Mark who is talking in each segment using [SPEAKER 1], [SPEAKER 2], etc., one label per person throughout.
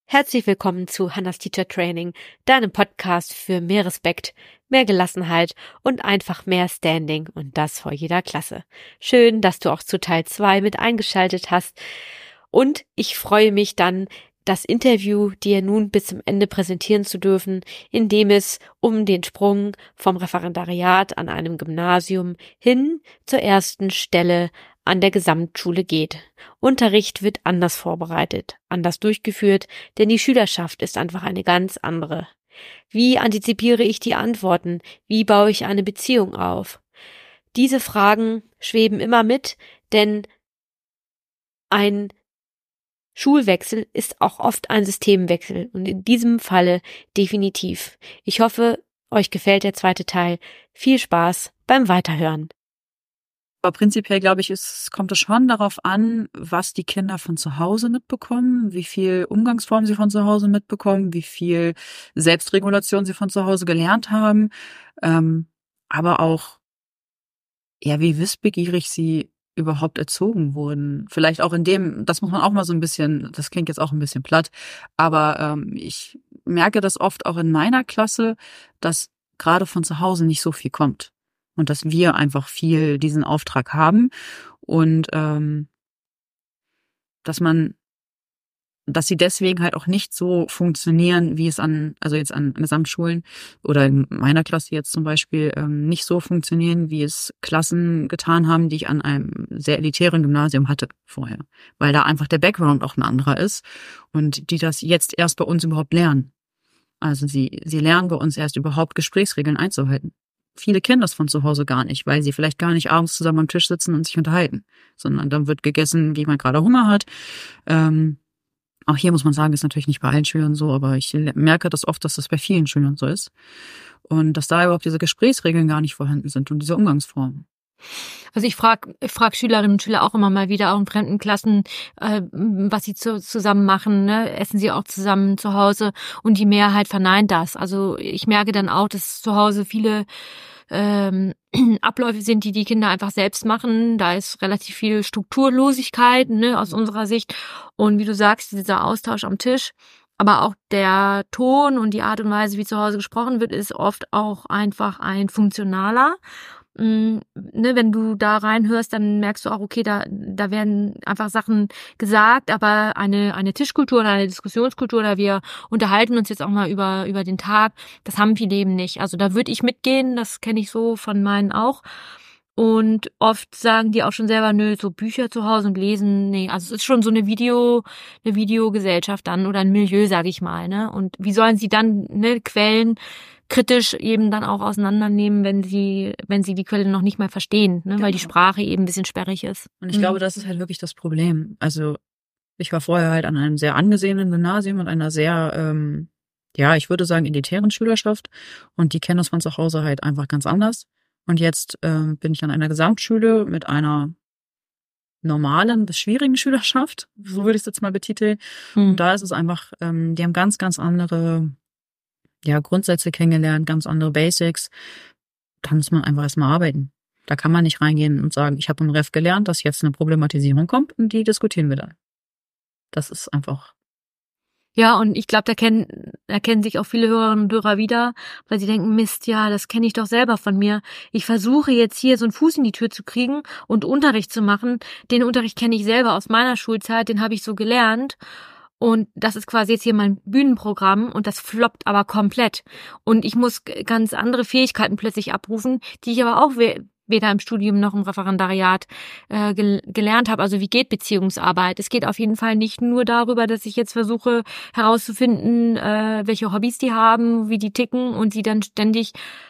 [SPEAKER 1] Herzlich willkommen zu Hannas Teacher Training, deinem Podcast für mehr Respekt, mehr Gelassenheit und einfach mehr Standing und das vor jeder Klasse. Schön, dass du auch zu Teil 2 mit eingeschaltet hast und ich freue mich dann, das Interview dir nun bis zum Ende präsentieren zu dürfen, in dem es um den Sprung vom Referendariat an einem Gymnasium hin zur ersten Stelle an der Gesamtschule geht. Unterricht wird anders vorbereitet, anders durchgeführt, denn die Schülerschaft ist einfach eine ganz andere. Wie antizipiere ich die Antworten? Wie baue ich eine Beziehung auf? Diese Fragen schweben immer mit, denn ein Schulwechsel ist auch oft ein Systemwechsel und in diesem Falle definitiv. Ich hoffe, euch gefällt der zweite Teil. Viel Spaß beim Weiterhören.
[SPEAKER 2] Aber prinzipiell, glaube ich, kommt es schon darauf an, was die Kinder von zu Hause mitbekommen, wie viel Umgangsform sie von zu Hause mitbekommen, wie viel Selbstregulation sie von zu Hause gelernt haben, aber auch, ja, wie wissbegierig sie überhaupt erzogen wurden. Vielleicht auch das muss man auch mal so ein bisschen, das klingt jetzt auch ein bisschen platt, aber ich merke das oft auch in meiner Klasse, dass gerade von zu Hause nicht so viel kommt. Und dass wir einfach viel diesen Auftrag haben und dass sie deswegen halt auch nicht so funktionieren, wie es jetzt an Gesamtschulen oder in meiner Klasse jetzt zum Beispiel nicht so funktionieren, wie es Klassen getan haben, die ich an einem sehr elitären Gymnasium hatte vorher. Weil da einfach der Background auch ein anderer ist und die das jetzt erst bei uns überhaupt lernen. Also sie lernen bei uns erst überhaupt Gesprächsregeln einzuhalten. Viele kennen das von zu Hause gar nicht, weil sie vielleicht gar nicht abends zusammen am Tisch sitzen und sich unterhalten, sondern dann wird gegessen, wie man gerade Hunger hat. Auch hier muss man sagen, ist natürlich nicht bei allen Schülern so, aber ich merke das oft, dass das bei vielen Schülern so ist. Und dass da überhaupt diese Gesprächsregeln gar nicht vorhanden sind und diese Umgangsformen.
[SPEAKER 1] Also ich frag Schülerinnen und Schüler auch immer mal wieder, auch in fremden Klassen, was sie zusammen machen, ne? Essen sie auch zusammen zu Hause und die Mehrheit verneint das. Also ich merke dann auch, dass zu Hause viele Abläufe sind, die Kinder einfach selbst machen. Da ist relativ viel Strukturlosigkeit, ne, aus unserer Sicht. Und wie du sagst, dieser Austausch am Tisch, aber auch der Ton und die Art und Weise, wie zu Hause gesprochen wird, ist oft auch einfach ein funktionaler. Ne, wenn du da reinhörst, dann merkst du auch, okay, da werden einfach Sachen gesagt, aber eine Tischkultur oder eine Diskussionskultur oder wir unterhalten uns jetzt auch mal über den Tag, das haben viele eben nicht. Also da würde ich mitgehen, das kenne ich so von meinen auch. Und oft sagen die auch schon selber, nö, so Bücher zu Hause und lesen, nee, also es ist schon so eine Videogesellschaft dann oder ein Milieu, sage ich mal, ne? Und wie sollen sie dann, ne, Quellen kritisch eben dann auch auseinandernehmen, wenn sie die Quelle noch nicht mal verstehen, ne? Genau. Weil die Sprache eben ein bisschen sperrig ist.
[SPEAKER 2] Und ich glaube, das ist halt wirklich das Problem. Also ich war vorher halt an einem sehr angesehenen Gymnasium und einer sehr, ich würde sagen, elitären Schülerschaft. Und die kennen das von zu Hause halt einfach ganz anders. Und jetzt bin ich an einer Gesamtschule mit einer normalen bis schwierigen Schülerschaft, so würde ich es jetzt mal betiteln. Und da ist es einfach, die haben ganz, ganz andere Grundsätze kennengelernt, ganz andere Basics. Da muss man einfach erstmal arbeiten. Da kann man nicht reingehen und sagen, ich habe im Ref gelernt, dass jetzt eine Problematisierung kommt und die diskutieren wir dann. Das ist einfach.
[SPEAKER 1] Ja, und ich glaube, da erkennen sich auch viele Hörerinnen und Hörer wieder, weil sie denken, Mist, ja, das kenne ich doch selber von mir. Ich versuche jetzt hier so einen Fuß in die Tür zu kriegen und Unterricht zu machen. Den Unterricht kenne ich selber aus meiner Schulzeit, den habe ich so gelernt. Und das ist quasi jetzt hier mein Bühnenprogramm und das floppt aber komplett. Und ich muss ganz andere Fähigkeiten plötzlich abrufen, die ich aber auch weder im Studium noch im Referendariat gelernt habe. Also wie geht Beziehungsarbeit? Es geht auf jeden Fall nicht nur darüber, dass ich jetzt versuche herauszufinden, welche Hobbys die haben, wie die ticken und sie dann ständig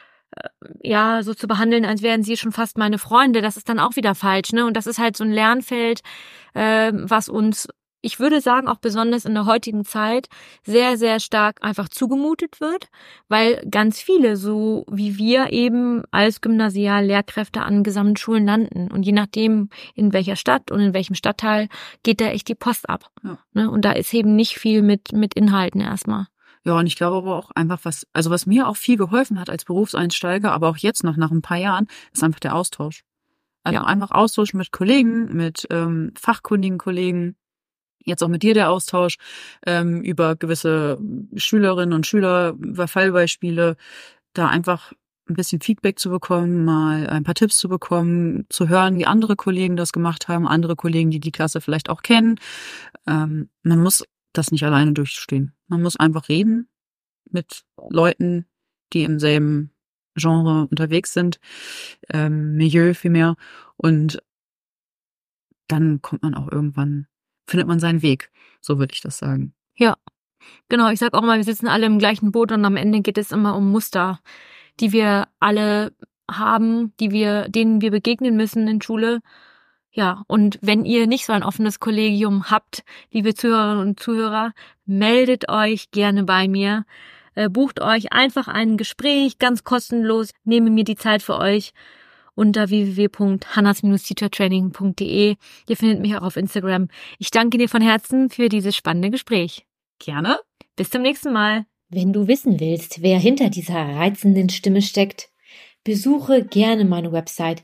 [SPEAKER 1] so zu behandeln, als wären sie schon fast meine Freunde. Das ist dann auch wieder falsch, ne? Und das ist halt so ein Lernfeld, was uns, ich würde sagen, auch besonders in der heutigen Zeit sehr, sehr stark einfach zugemutet wird, weil ganz viele, so wie wir eben als Gymnasiallehrkräfte an Gesamtschulen landen. Und je nachdem, in welcher Stadt und in welchem Stadtteil, geht da echt die Post ab. Ja. Ne? Und da ist eben nicht viel mit Inhalten erstmal.
[SPEAKER 2] Ja, und ich glaube aber auch einfach, was mir auch viel geholfen hat als Berufseinsteiger, aber auch jetzt noch nach ein paar Jahren, ist einfach der Austausch. Also einfach Austausch mit Kollegen, mit fachkundigen Kollegen. jetzt auch mit dir der Austausch über gewisse Schülerinnen und Schüler, über Fallbeispiele, da einfach ein bisschen Feedback zu bekommen, mal ein paar Tipps zu bekommen, zu hören, wie andere Kollegen das gemacht haben, andere Kollegen, die die Klasse vielleicht auch kennen. Man muss das nicht alleine durchstehen. Man muss einfach reden mit Leuten, die im selben Genre unterwegs sind, Milieu vielmehr. Und dann kommt man auch irgendwann, findet man seinen Weg. So würde ich das sagen.
[SPEAKER 1] Ja, genau. Ich sag auch mal, wir sitzen alle im gleichen Boot und am Ende geht es immer um Muster, die wir alle haben, denen wir begegnen müssen in Schule. Ja, und wenn ihr nicht so ein offenes Kollegium habt, liebe Zuhörerinnen und Zuhörer, meldet euch gerne bei mir. Bucht euch einfach ein Gespräch, ganz kostenlos. Nehme mir die Zeit für euch unter www.hannas-teachertraining.de. Ihr findet mich auch auf Instagram. Ich danke dir von Herzen für dieses spannende Gespräch.
[SPEAKER 2] Gerne.
[SPEAKER 1] Bis zum nächsten Mal. Wenn du wissen willst, wer hinter dieser reizenden Stimme steckt, besuche gerne meine Website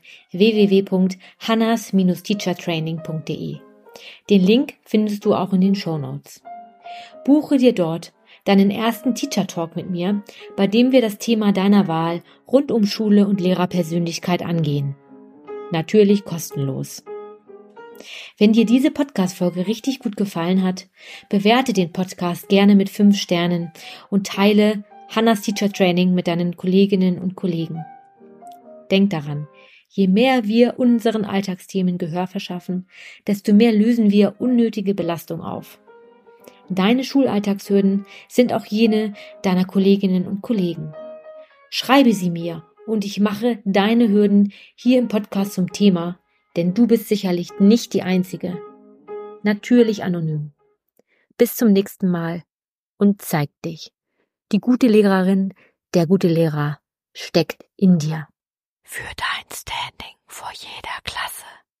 [SPEAKER 1] www.hannas-teachertraining.de. Den Link findest du auch in den Shownotes. Buche dir dort deinen ersten Teacher Talk mit mir, bei dem wir das Thema deiner Wahl rund um Schule und Lehrerpersönlichkeit angehen. Natürlich kostenlos. Wenn dir diese Podcast-Folge richtig gut gefallen hat, bewerte den Podcast gerne mit 5 Sternen und teile Hannas Teacher Training mit deinen Kolleginnen und Kollegen. Denk daran, je mehr wir unseren Alltagsthemen Gehör verschaffen, desto mehr lösen wir unnötige Belastung auf. Deine Schulalltagshürden sind auch jene deiner Kolleginnen und Kollegen. Schreibe sie mir und ich mache deine Hürden hier im Podcast zum Thema, denn du bist sicherlich nicht die Einzige. Natürlich anonym. Bis zum nächsten Mal und zeig dich. Die gute Lehrerin, der gute Lehrer steckt in dir. Für dein Standing vor jeder Klasse.